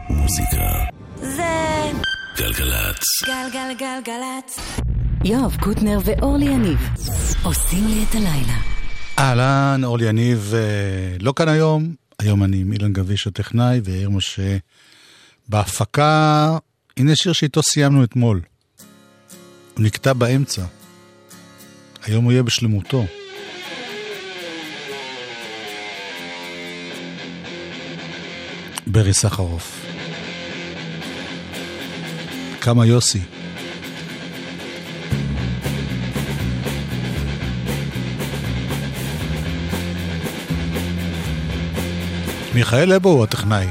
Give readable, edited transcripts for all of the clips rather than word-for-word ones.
מוזיקה זה גלגלצ. גלגלגלגלצ. יואב קוטנר ואורלי יניב עושים לי את הלילה. אהלן, אורלי יניב לא כאן היום. היום אני עם אילן גביש הטכנאי ויאיר משה בהפקה. הנה שיר שאיתו סיימנו אתמול. הוא נקטע באמצע. היום הוא יהיה בשלמותו. ברי סחרוף. כמה יוסי. מיכאל לבו הוא הטכנאי.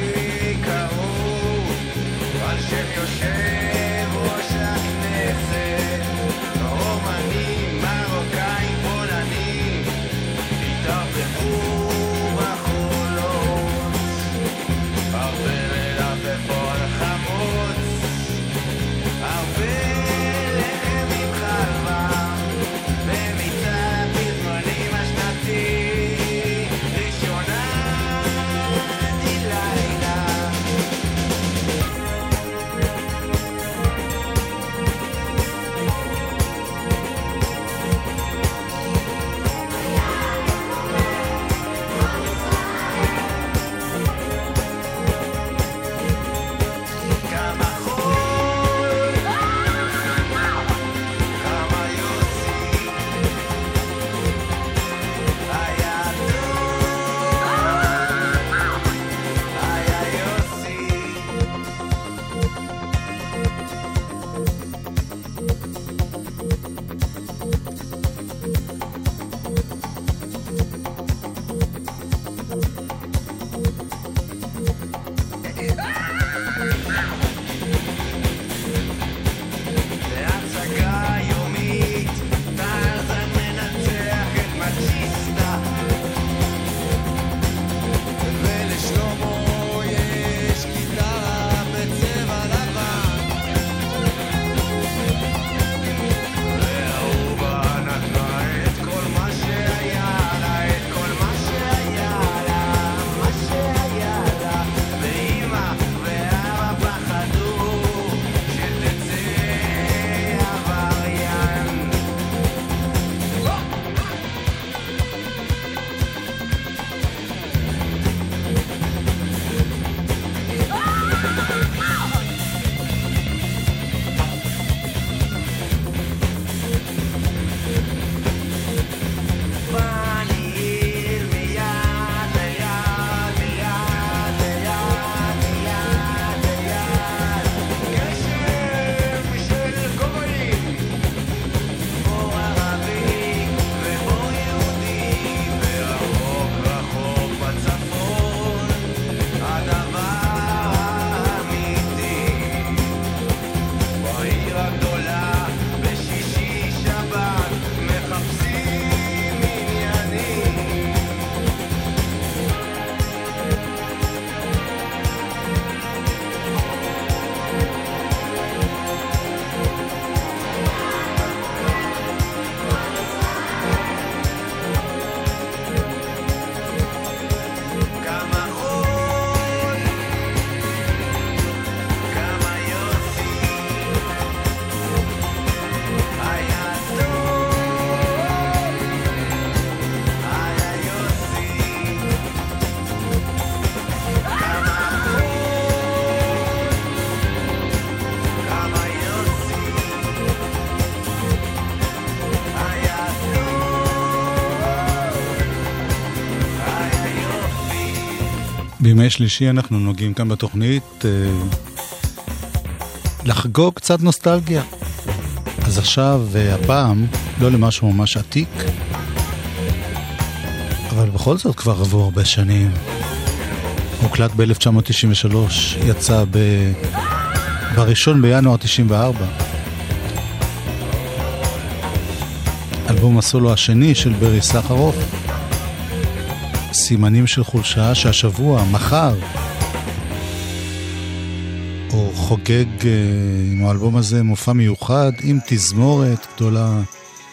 בימי שלישי אנחנו נוגעים כאן בתוכנית לחגוג קצת נוסטלגיה. אז עכשיו הפעם לא למשהו ממש עתיק, אבל בכל זאת כבר עברו הרבה שנים. הוקלט ב-1993, יצא ב-1 בינואר 94. אלבום הסולו השני של ברי סחרוף, סימנים של חולשה, שהשבוע, מחר, הוא חוגג עם האלבום הזה מופע מיוחד עם תזמורת גדולה,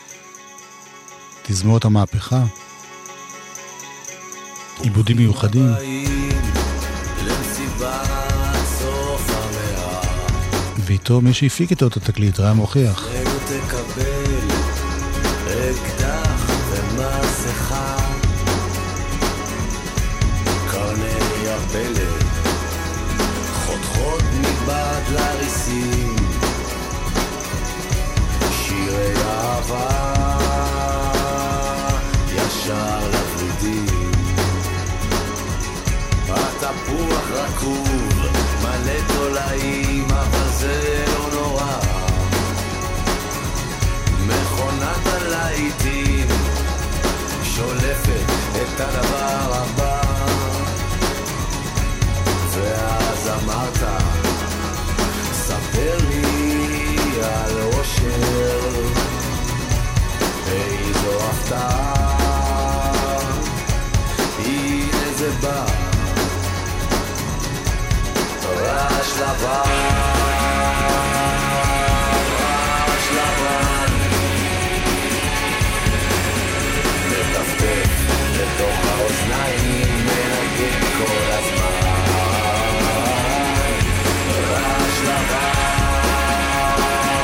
תזמורת המהפכה, עיבודים מיוחדים. למסיבה בסוף המאה. ואיתו מי שהפיק איתו את התקליט, רם הוכיח. רגע תקבל אקדח ומסכה, קרני הפלט חותכות מבעד לריסים, שירי אהבה ישר לברידים. התפוח רקוב מלא תולעים, אבל זה לא נורא. מכונת הלהיטים שולפת את הדבר הבא. ואז אמרת, ספר לי על אושר, איזו הפתעה, הנה זה בא, רעש לבן, רעש לבן, מטפטף לתוך האוזניים, מנגן כל הזמן. רעש לבן,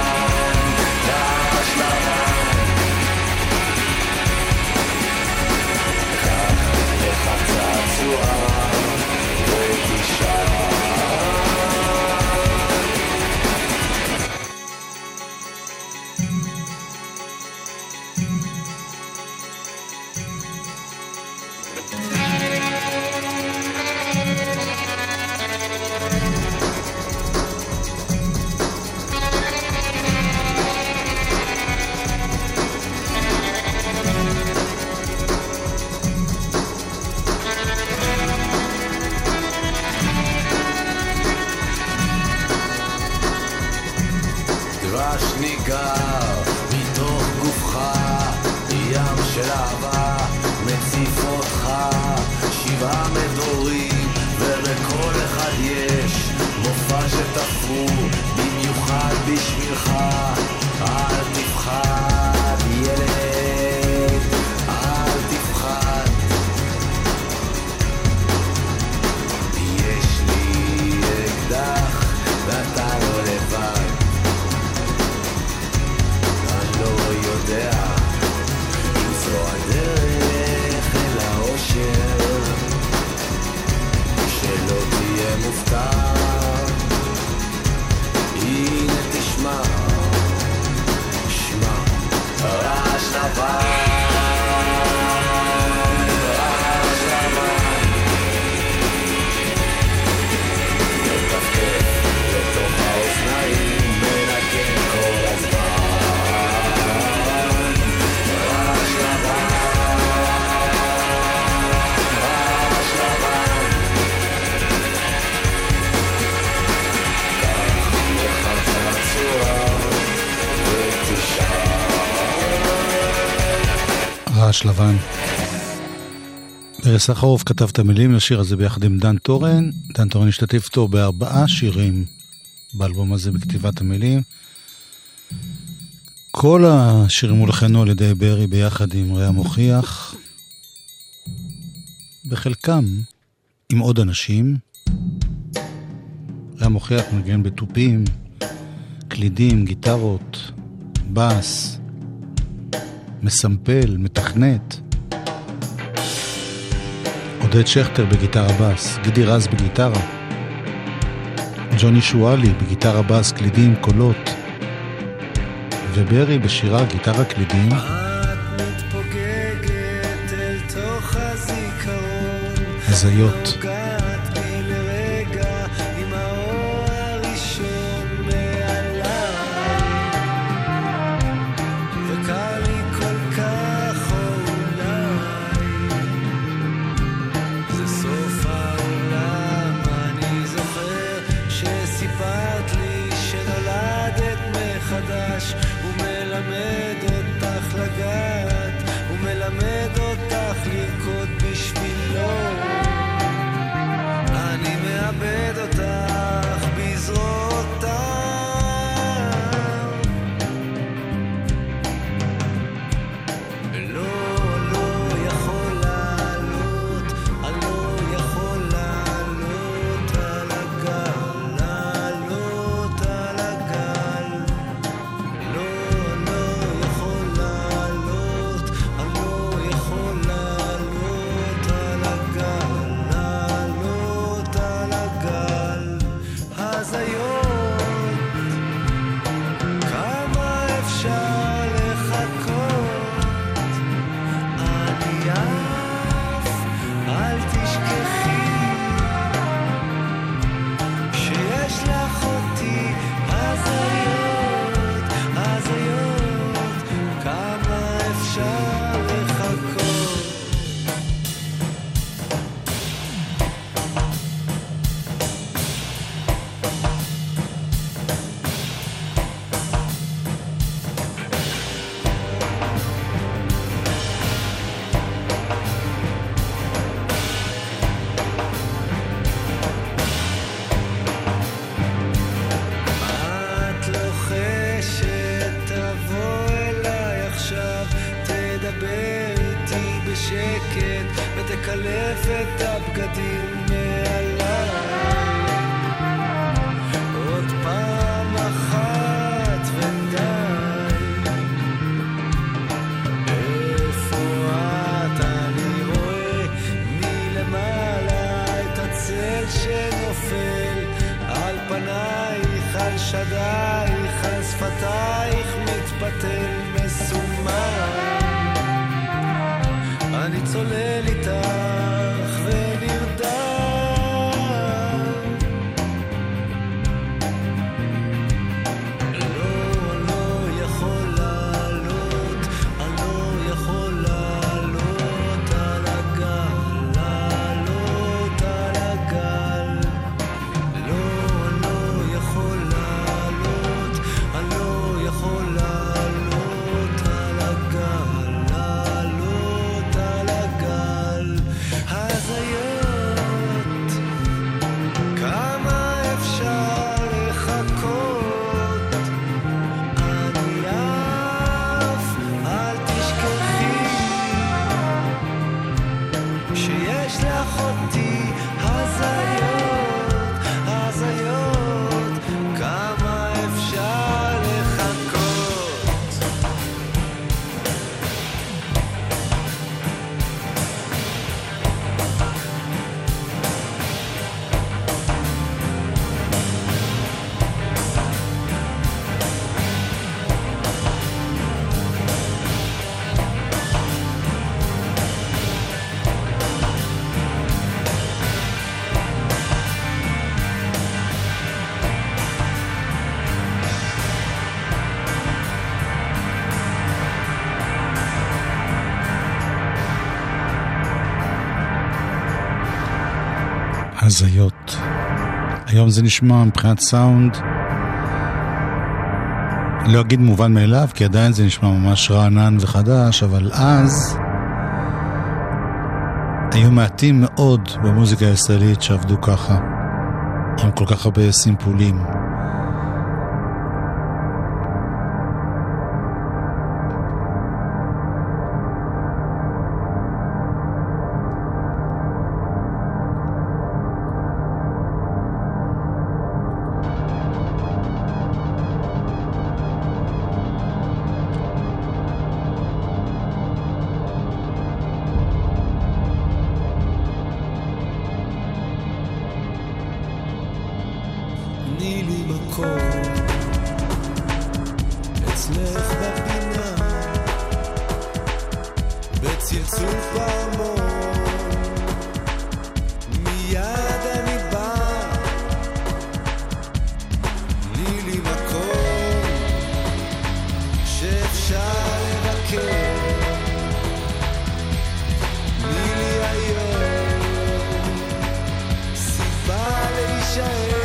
רעש לבן, קח לך צעצוע ותשאר. דבש ניגר מתוך גופך, ים של אהבה מציף אותך, 7 מדורים ובכל אחד יש מופע שתפרו במיוחד בשבילך. אל תפחד ילד, אל תפחד, יש לי אקדח ואתה לא לבד. לא יודע אם זו הדרך אל האושר, שלא תהיה מופתע. הנה תשמע, שמע, רעש לבן, רעש לבן, מטפטף לתוך האוזניים, מנגן כל הזמן. רעש לבן. ארז סחרוף כתב את המילים לשיר הזה ביחד עם דן טורן. דן טורן השתתף איתו ב4 שירים באלבום הזה בכתיבת המילים. כל השירים הולחנו על ידי ברי ביחד עם רם הוכיח, בחלקם עם עוד אנשים. רם הוכיח מנגן בטופים, קלידים, גיטרות, בס, מסמפל, מתכנת. עודד שכטר בגיטרה בס, גידי רז בגיטרה, ג'וני שואלי בגיטרה בס, קלידים, קולות, וברי בשירה גיטרה קלידים. את מתפוגגת אל תוך הזיכרון, הזיות. נוגעת בי לרגע עם האור הראשון מעליי, וקר לי כל כך אולי זה סוף העולם. אני זוכר שסיפרת לי שנולדת מחדש, ומלמד אותך לגעת, ומלמד אותך לרקוד בשבילו. אני מאבד אותך בזרועותיו, לא יכול לעלות, אני לא יכול לעלות על הגל. שדייך על שפתייך מתפתל מסומר אני צולל איתך ונרדם לא יכול לעלות אני לא יכול לעלות על הגל לעלות על הגל לא יכול לעלות אני לא יכול לעלות על הגל לעלות על הגל הזיות כמה אפשר לחכות אני אף אל תשכחי שיש לך אותי הזיות הזיות כמה אפשר לחכות הזיות. היום זה נשמע מבחינת סאונד לא אגיד מובן מאליו כי עדיין זה נשמע ממש רענן וחדש אבל אז היו מעטים מאוד במוזיקה הישראלית שעבדו ככה עם כל כך הרבה סימפולים תני לי מקום אצלך בפינה בצלצול פעמון מיד אני בא תני לי מקום שאפשר לבקר תני לי היום סיבה להישאר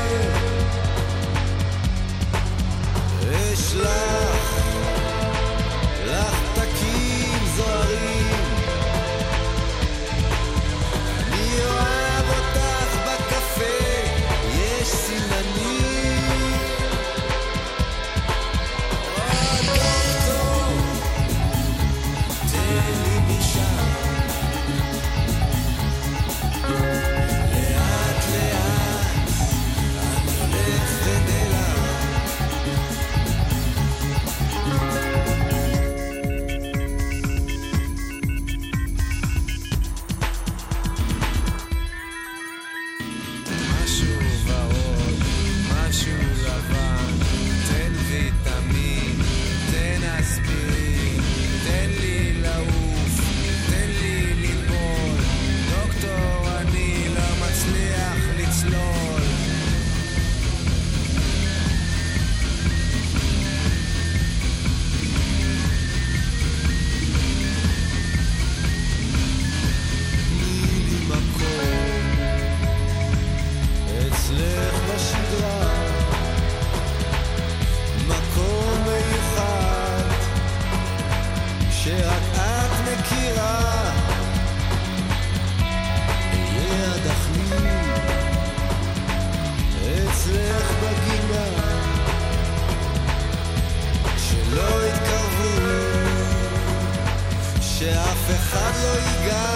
לך תקים זוהרים אני אוהב אותך בקפה יש סימנים דוקטור תן לי משם לאט לאט אני הולך ונעלם שאף אחד לא ייגע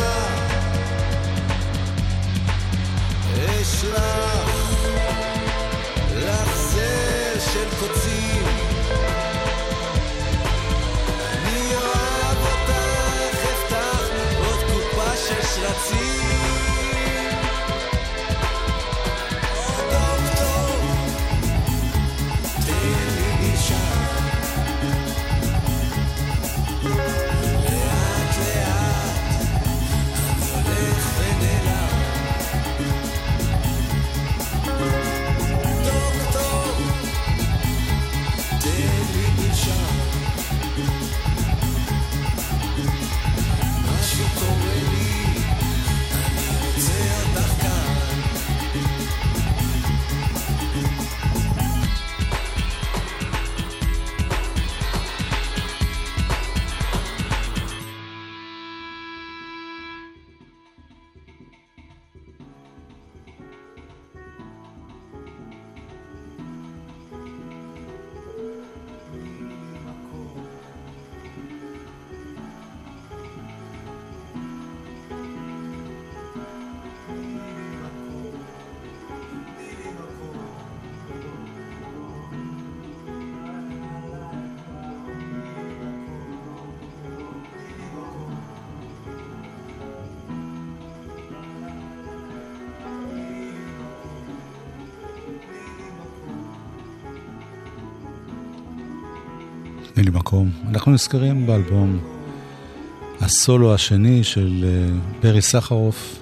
יש לך זר של קוצים אני אוהב אותך הבטח עוד קופה של שרצים דוקטור תני לי מקום. אנחנו נזכרים באלבום הסולו השני של ברי סחרוף,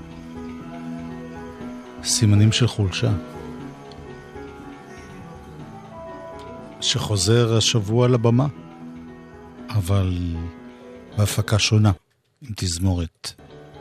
סימנים של חולשה, שחוזר השבוע לבמה, אבל בהפקה שונה, עם תזמורת.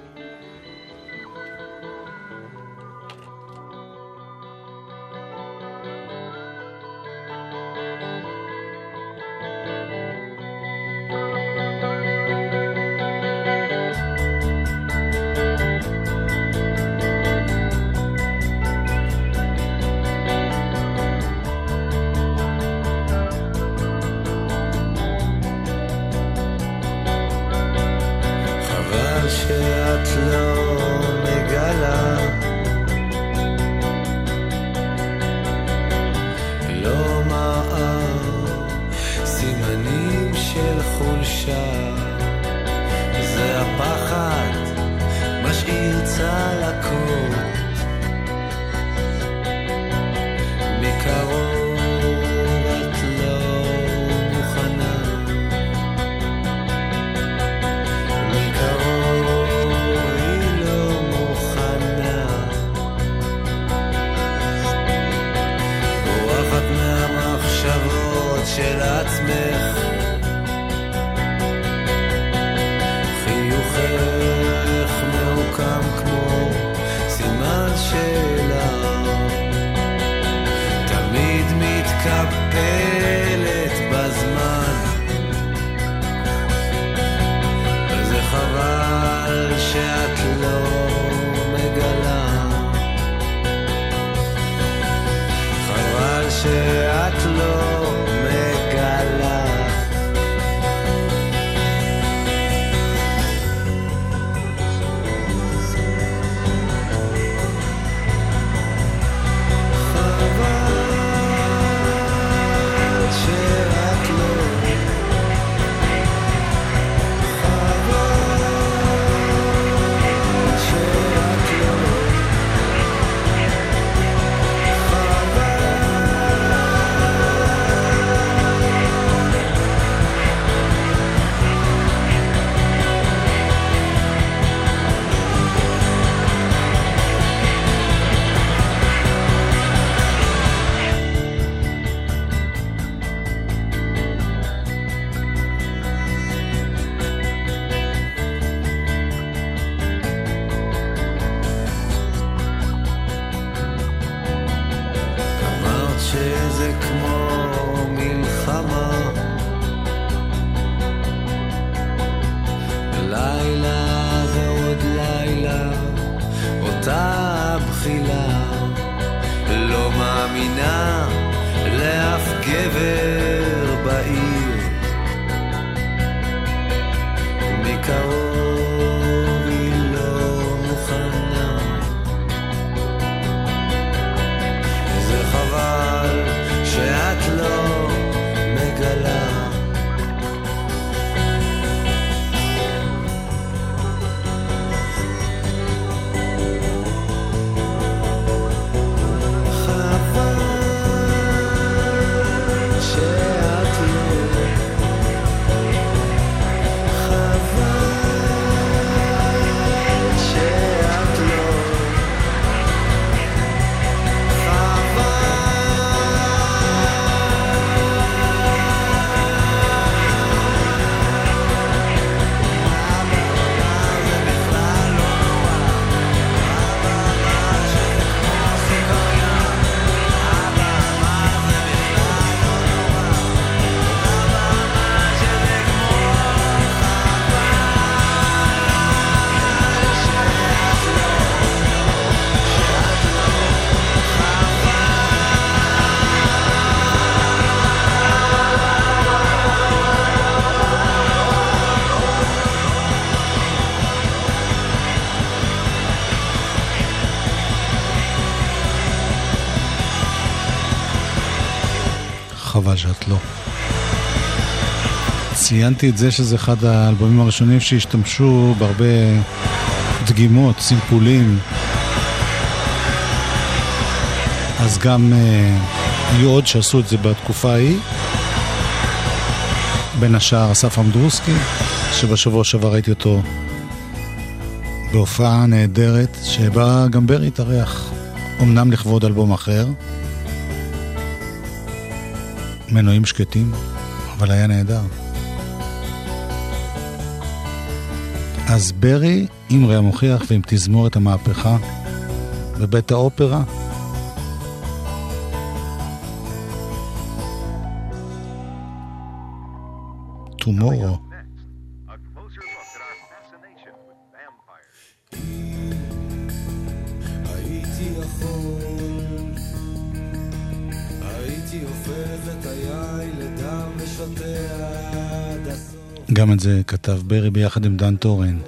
חבל שאת לא. ציינתי את זה שזה אחד האלבומים הראשונים שהשתמשו בהרבה דגימות, סימפולים. אז גם היו עוד שעשו את זה בתקופה ההיא. בין השאר אסף אמדרוסקי, שבשבוע שעבר ראיתי אותו בהופעה נהדרת, שבה גם ברי התארח, אמנם לכבוד אלבום אחר, מנועים שקטים, אבל היה נהדר. אז ברי עם רע מוכיח ועם תזמורת המהפכה בבית האופרה. Tomorrow. גם את זה כתב ברי ביחד עם דן טורן.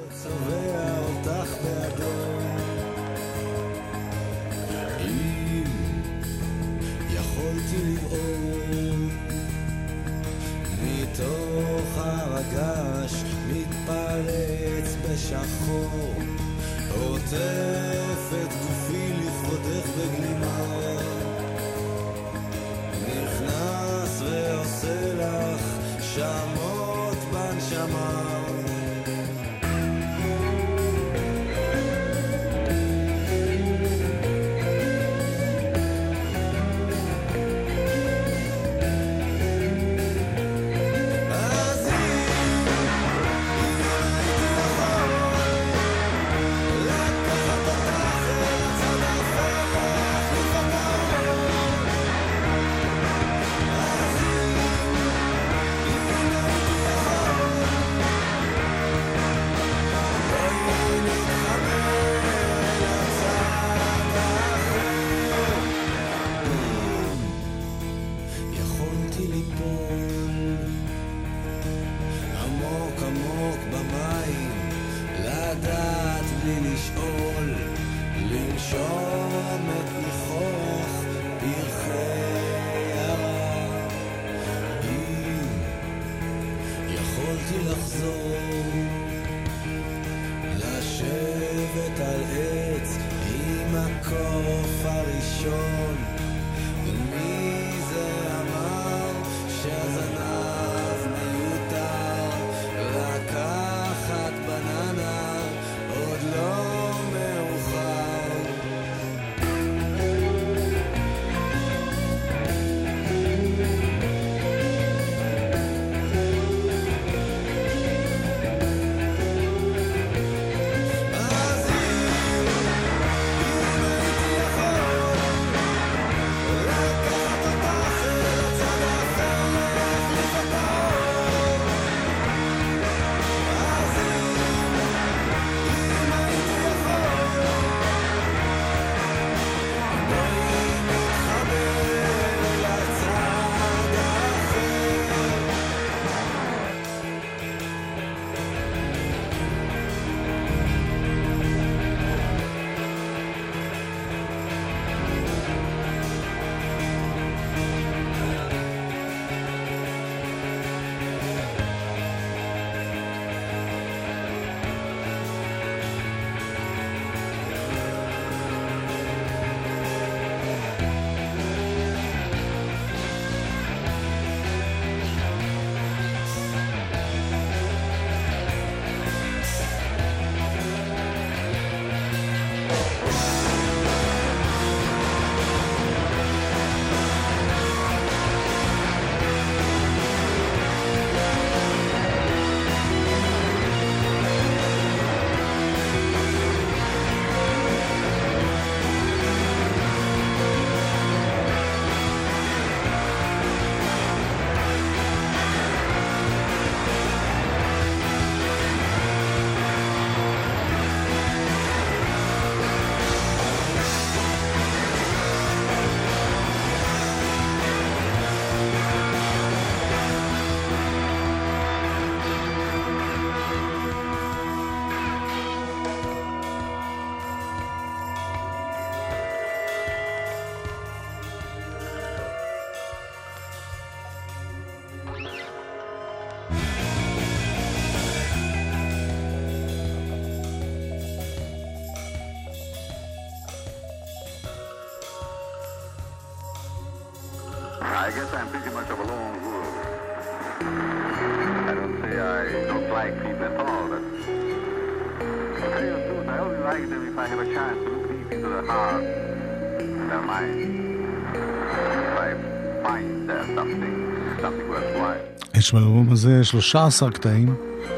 I guess I'm pretty much of a lone wolf. I don't say I don't like people at all, but to tell you the truth, I only like them if I have a chance to look deep into their heart, their mind. If I find there something worthwhile. יש באלבום הזה 13 קטעים.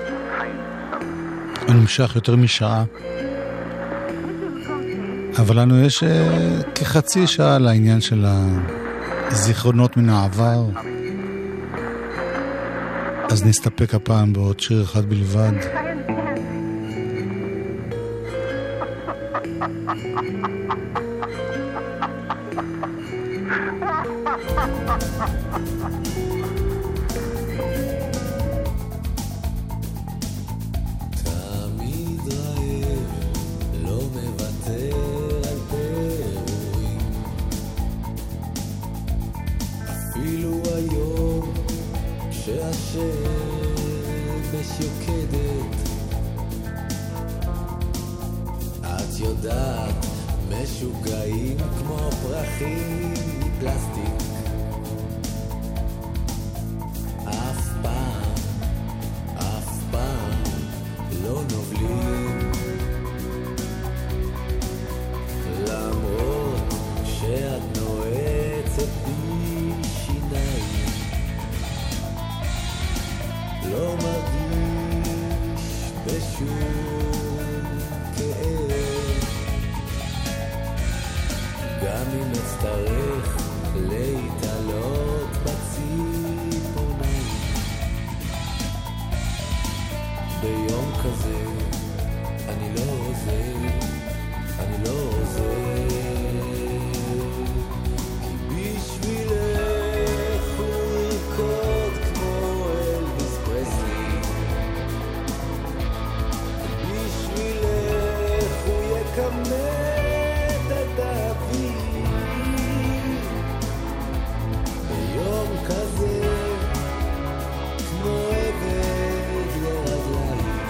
הוא נמשך יותר משעה. אבל לנו יש כחצי שעה לעניין של הזיכרונות מן העבר. אז נסתפק הפעם בעוד שיר אחד בלבד. את יודעת, משוגעים כמו פרחים מפלסטיק. אף פעם לא נובלים, למרות שאת נועצת בי שיניים. לא מרגיש בשום כאב, גם אם אצטרך להתעלות בציפורניים. ביום כזה אני לא עוזר, אני לא עוזר, כי בשבילך הוא ירקוד כמו אלביס פרסלי. בשבילך הוא יקמט את האוויר. ביום כזה כמו עבד לרגלייך.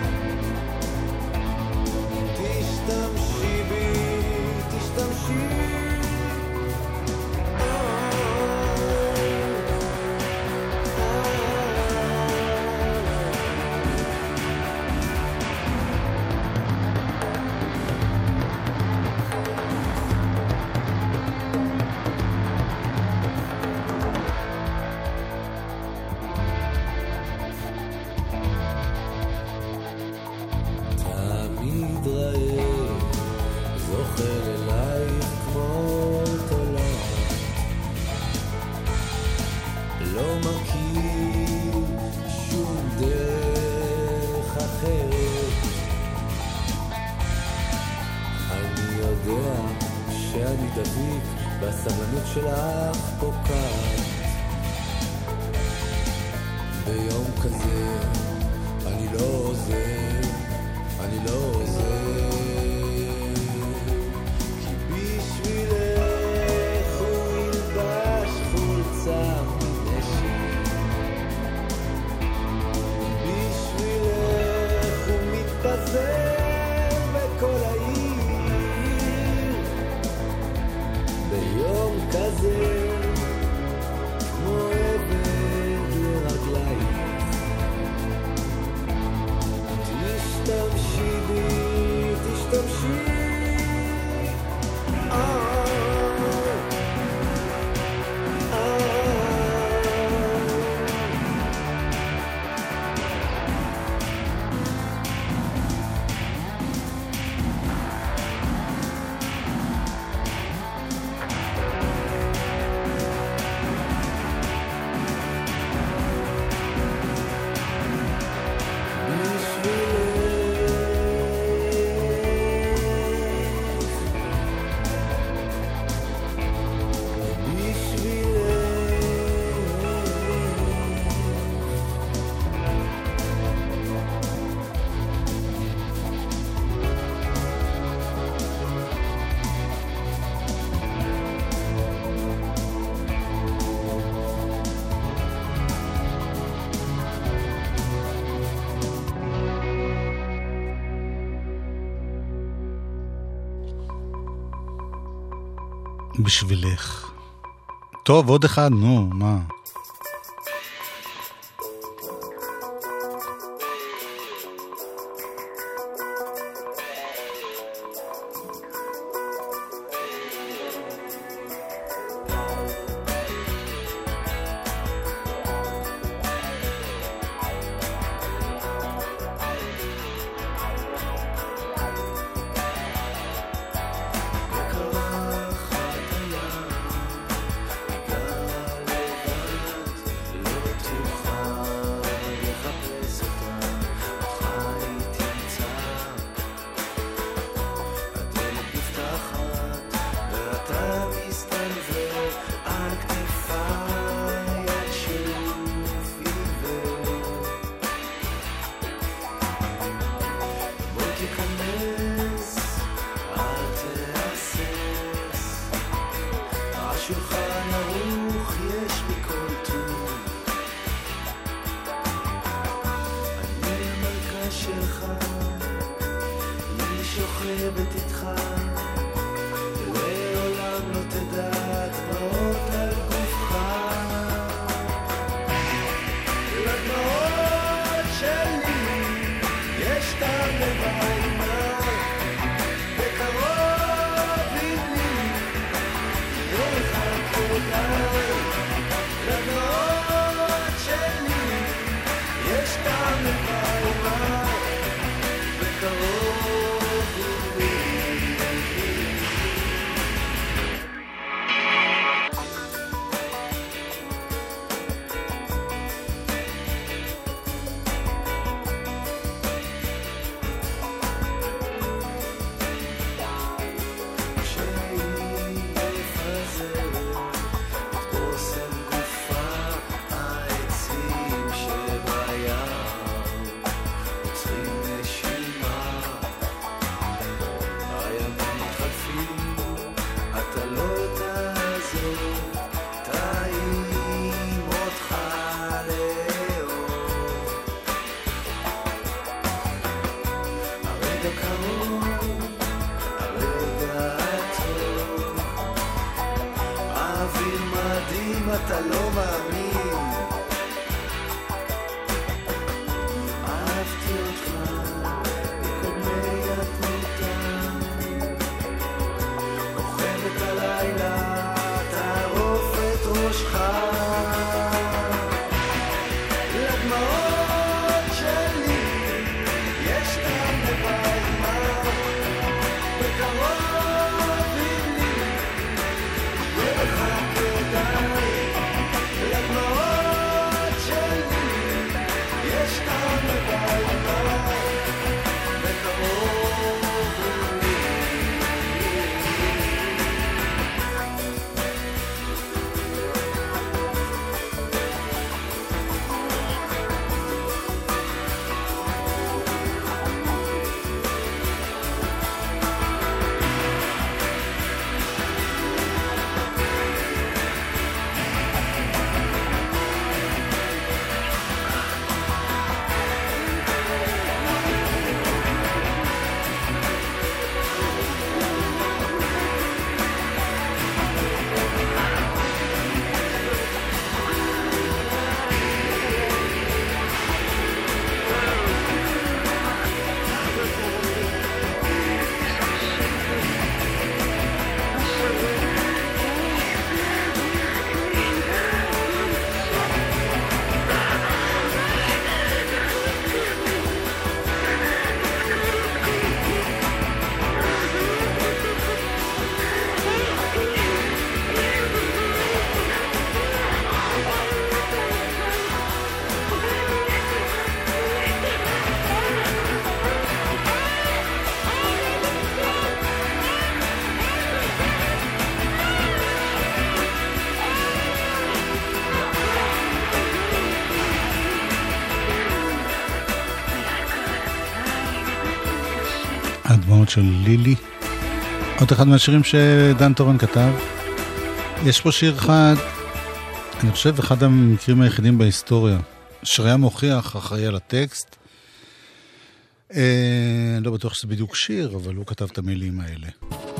תשתמשי בי, תשתמשי. תמיד רעב, זוכר אלייך כמו תולעת. לא מכיר שום דרך אחרת. אני יודע שאני דביק, והסבלנות שלך פוקעת. ביום כזה אני לא עוזר, אני לא עוזר, כי בשבילך הוא ילבש חולצה מנשק. בשבילך הוא מתפזר בכל העיר. ביום כזה כמו עבד לרגלייך. תשתמשי בי, תשתמשי. בשבילך. טוב, עוד אחד, נו, מה? שולחן ערוך יש מכל טוב. אני המלכה שלך, אני שוכבת איתך, לעולם לא תדע דמעות על גופך. לדמעות שלי יש טעם לבעימה, בקרוב עם לי ירחק אותי. לדמעות שלי יש טעם לבעימה, בקרוב עם לי. אתה לא מאמין, אהבתי אותך מקודמי התמותה, כוכבת הלילה תערוף את ראשך. לדמעות שלי יש טעם לבעימה, בקרוב עם לי ירחק אותי. לדמעות שלי יש טעם לבעימה, בקרוב עם לי. הדמעות של לילי, עוד אחד מהשירים שדן טורן כתב. יש פה שיר אחד, אני חושב אחד המקרים היחידים בהיסטוריה שהיה מוכיח אחראי על הטקסט. אני לא בטוח שזה בדיוק שיר, אבל הוא כתב את המילים האלה.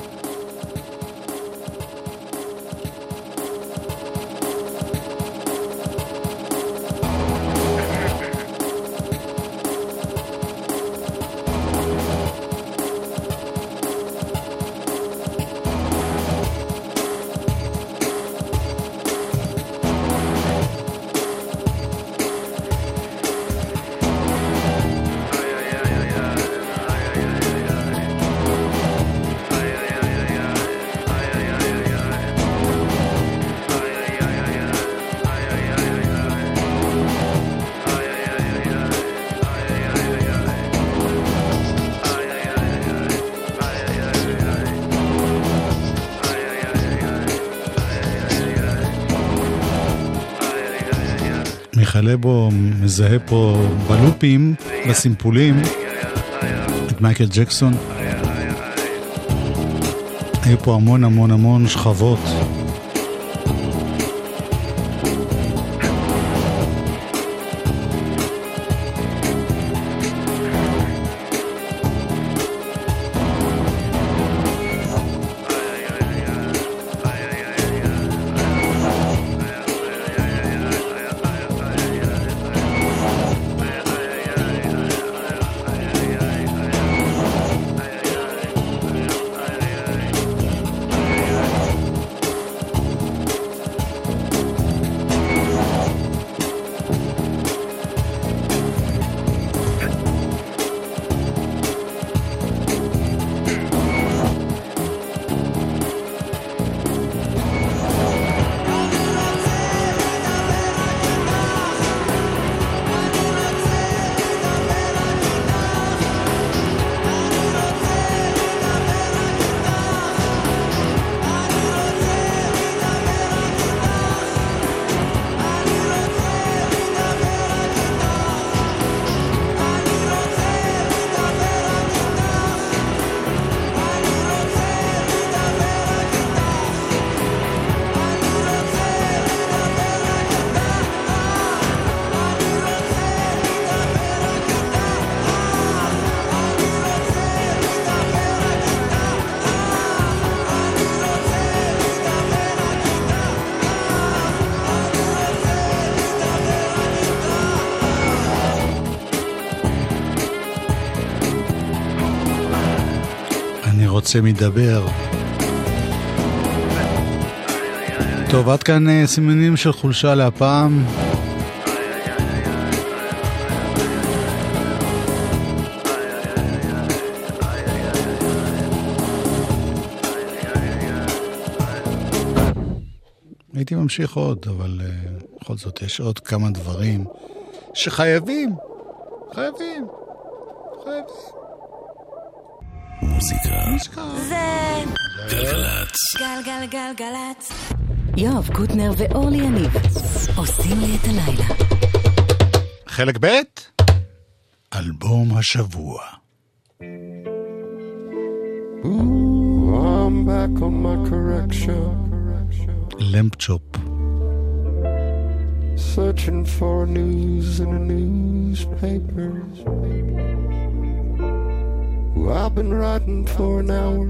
מיכאלבו מזהה פה בלופים, בסימפולים, את מייקל ג'קסון. היו פה המון המון המון שכבות רוצה מדבר. טוב, עד כאן סימנים של חולשה להפעם. הייתי ממשיך עוד, אבל בכל זאת יש עוד כמה דברים שחייבים. מוזיקה זה גלגלצ. גלגלגלגלצ. יואב קוטנר ואורלי יניב עושים לי את הלילה. חלק ב' אלבום השבוע. I'm back on my correction. למפצ'ופ. Searching for news in a newspaper. I've been writing for an hour.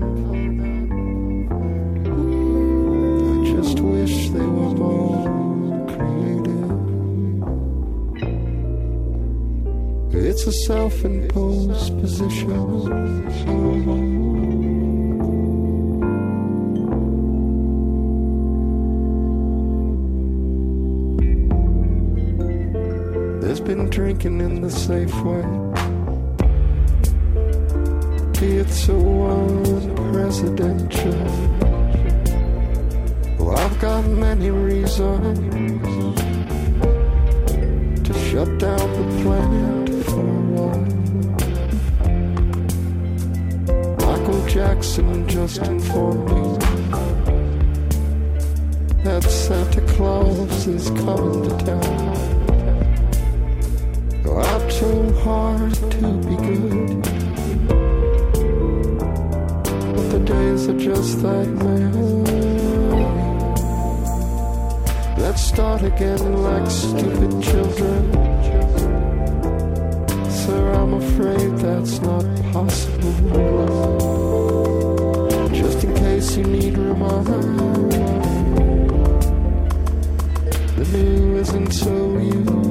I just wish they were more creative. It's a self-imposed position. There's been drinking in the Safeway. It's so unpresidential. Well, I've got many reasons to shut down the plant for a while. Michael Jackson just informed me that Santa Claus is coming to town. I'm so hard to be good, but the days are just that man. Let's start again like stupid children. Sir, I'm afraid that's not possible. Just in case you need reminding, the new isn't so used.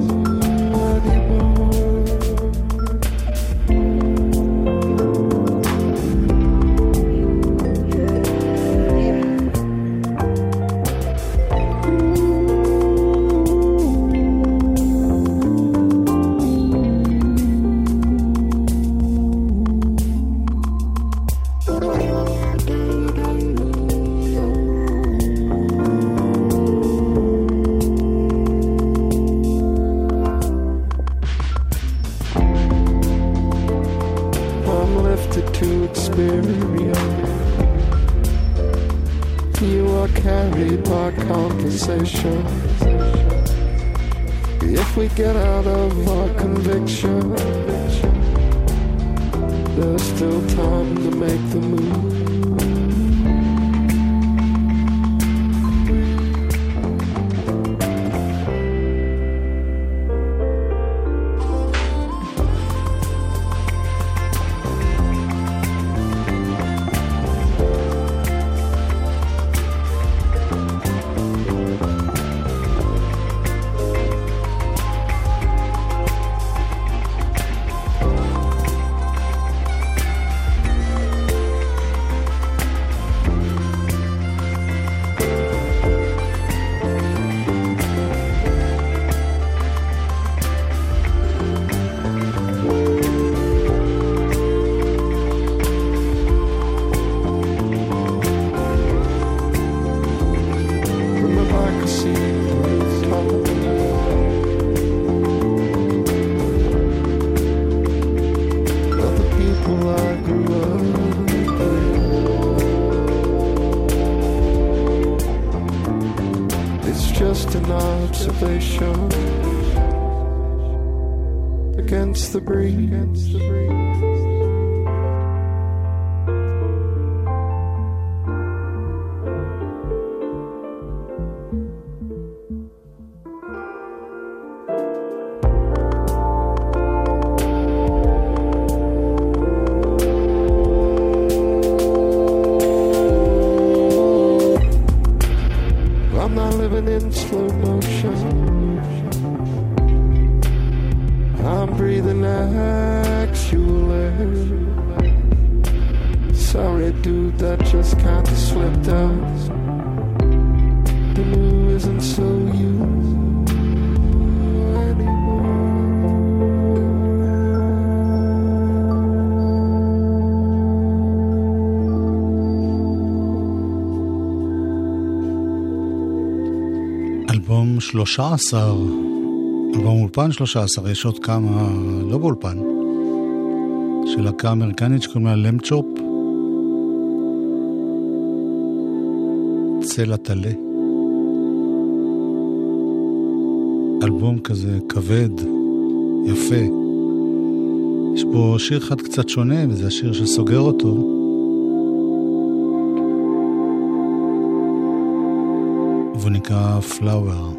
If we get out of our conviction, there's still time to make the move. Against the breeze. I'm not living in slow motion. I'm breathing actual air. sorry dude, that just kinda slipped out. The new isn't so you anymore. אלבום 13, אלבום אולפן 13, יש עוד כמה, לא באולפן, של להקה אמריקנית שקוראים לה למצ'ופ, צלע תלה. אלבום כזה כבד, יפה. יש פה שיר אחד קצת שונה, וזה השיר שסוגר אותו. והוא נקרא Flower.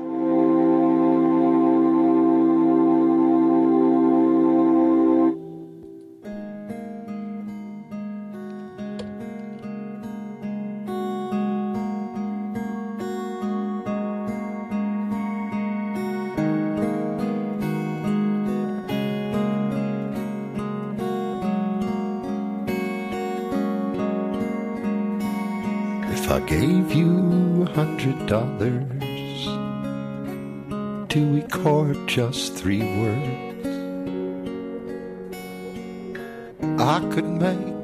I gave you $100 to record just 3 words, I could make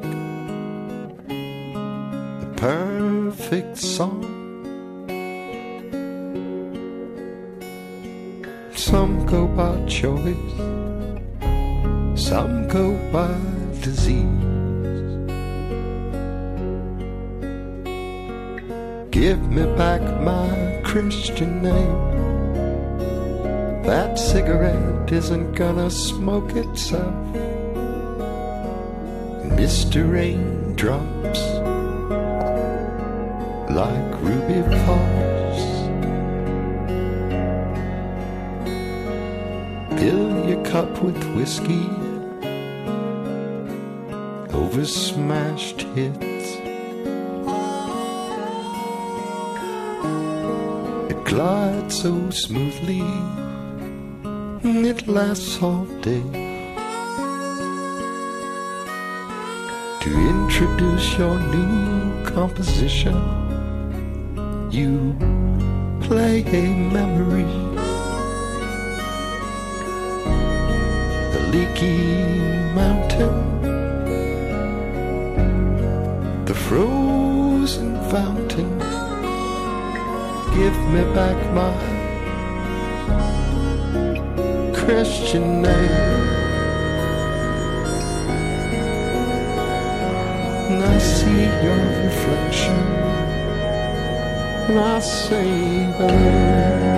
the perfect song. Some go by choice, some go by disease. Give me back my Christian name. That cigarette isn't gonna smoke itself. Mr. Raindrops, like Ruby Falls. Fill your cup with whiskey over smashed hits. Glides so smoothly, it lasts all day. To introduce your new composition, you play a memory. The leaky mountain, the frozen fountain. Give me back my Christian name. And I see your reflection, and I say hello.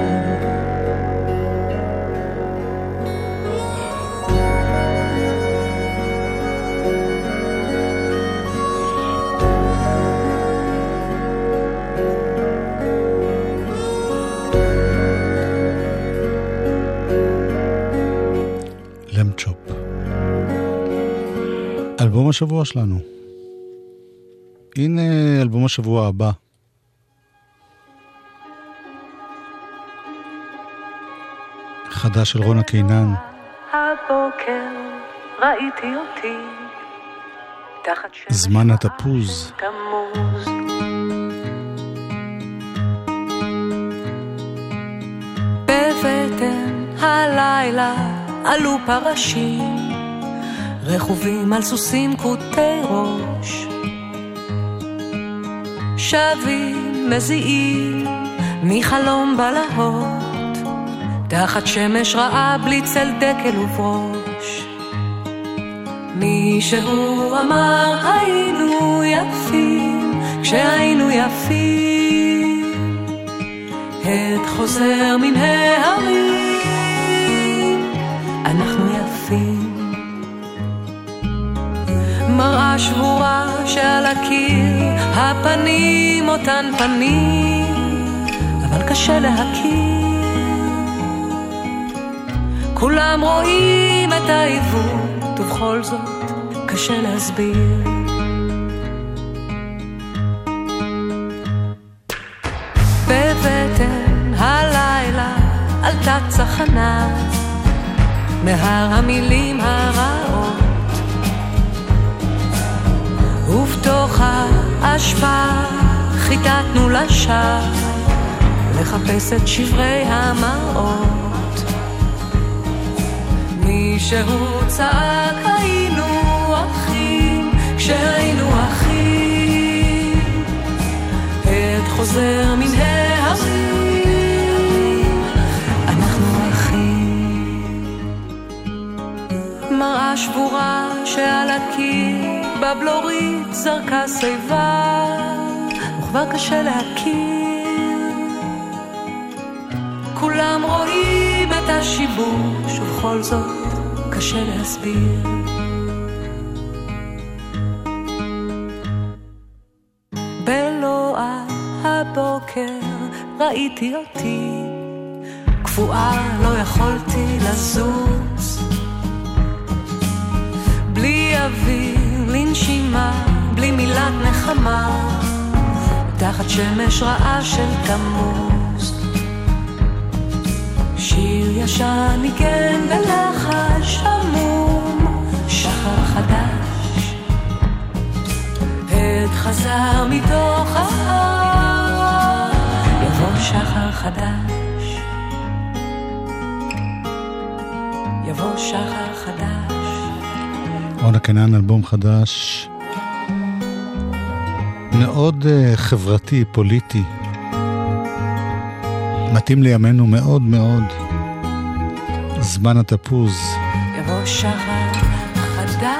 אלבום השבוע שלנו. הנה אלבום השבוע הבא. חדש של רונה קינן. הבוקר ראיתי אותי תחת זמן התפוז. תמוז. בבטן הלילה עלו פרשים רכובים על סוסים קוטי ראש, שבים מזיעים מחלום בלהות תחת שמש רעה בלי צל דקל ובראש. מישהו אמר היינו יפים כשהיינו יפים, הד חוזר מן ההרים, אנחנו יפים. מראה שבורה שעל הקיר, הפנים אותן פנים, אבל קשה להכיר. כולם רואים את העיוות, ובכל זאת קשה להסביר. בבטן הלילה עלתה צחנה מהר המילים הרעות, ופתור בתוך האשפה חיטטנו לשעה לחפש את שברי המראות. מישהו צעק היינו אחים כשהיינו אחים, את חוזר מן ההרים, אנחנו אחים. מראה שבורה שעל הקיר בבלורית זרקה שיבה, וכבר קשה להכיר. כולם רואים את השיבוש ובכל זאת קשה להסביר. בלוע הבוקר ראיתי אותי קפואה, לא יכולתי לזוז, בלי אוויר לנשימה, בלי מילת נחמה, תחת שמש רעה של תמוז. שיר ישן ניגן בלחש עמום, שחר חדש, עת חזר מתוך ההר, יבוא שחר חדש, יבוא שחר חדש. רונה קינן, אלבום חדש מאוד חברתי, פוליטי, מתאים לימינו מאוד מאוד. זמן התפוז. יבוא שחר חדש.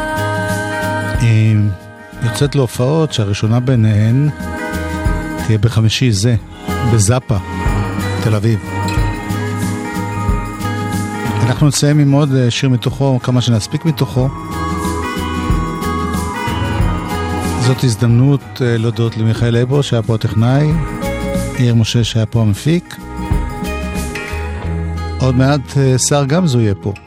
יוצאת להופעות שהראשונה ביניהן תהיה בחמישי זה, בזאפה, תל אביב. אנחנו נסיים עם עוד שיר מתוכו, כמה שנספיק מתוכו. זאת הזדמנות להודות למיכאל אבו שהיה פה הטכנאי, יאיר משה שהיה פה המפיק. עוד מעט שר גמזו יהיה פה.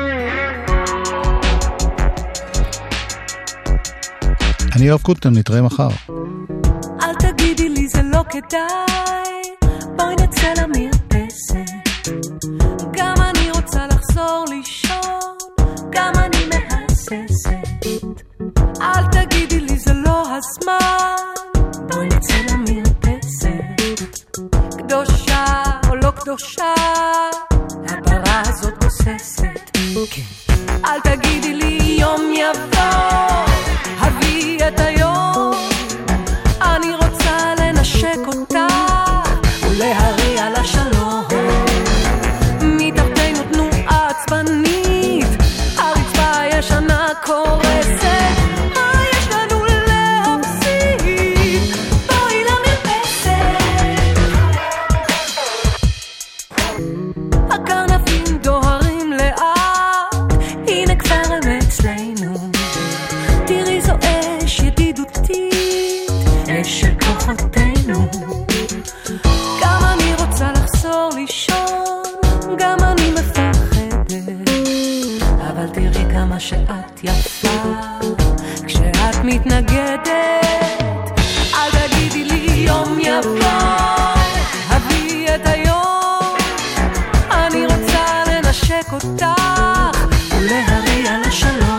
אני יואב קוטנר, נתראה מחר. אל תגידי לי זה לא כדאי, בואי נצא למרפסת, גם אני רוצה לחזור לישון, גם אני מהססת. אל תגידי לי זה לא הזמן, בואי נצא למרפסת, קדושה או לא קדושה, הפרה הזאת גוססת. אל תגידי לי יום יבוא, הביא את היום, אני רוצה לנשק אותה ולהריע לשלום. מתחתנו תנועה עצבנית, הרצפה ישנה קורסת, מה יש לנו להפסיד? בואי למרפסת. הקרנפים דוהרים לאט, הנה כבר הם אצלנו, תראי זו אש ידידותית, אש של כוחותינו. גם אני רוצה לחזור לישון, גם אני מפחדת, אבל תראי כמה שאת יפה כשאת מתנגדת. אל תגידי לי יום יבוא, הביא את היום, אני רוצה לנשק אותך ולהריע לשלום.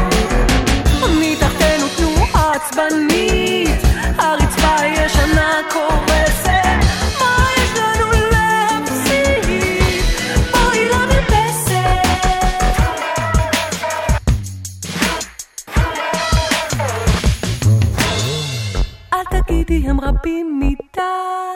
מתחתנו תנועה עצבנית, הרצפה ישנה קורסת, מה יש לנו להפסיד? בואי למרפסת. אל תגידי הם רבים מדי,